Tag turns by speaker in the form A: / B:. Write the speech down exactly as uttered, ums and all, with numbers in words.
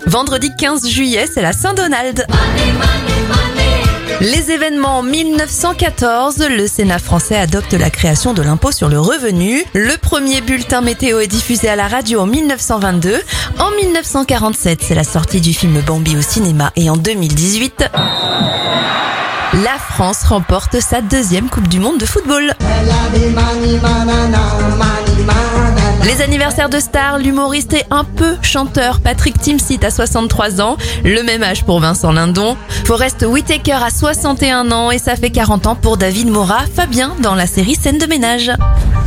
A: Vendredi quinze juillet, c'est la Saint-Donald. Les événements mille neuf cent quatorze, le Sénat français adopte la création de l'impôt sur le revenu. Le premier bulletin météo est diffusé à la radio en mille neuf cent vingt-deux. En mille neuf cent quarante-sept, c'est la sortie du film Bambi au cinéma. Et en deux mille dix-huit, la France remporte sa deuxième Coupe du Monde de football. Les anniversaires de stars, l'humoriste et un peu chanteur Patrick Timsit à soixante-trois ans, le même âge pour Vincent Lindon, Forest Whitaker à soixante et un ans et ça fait quarante ans pour David Moura, Fabien dans la série Scène de ménage.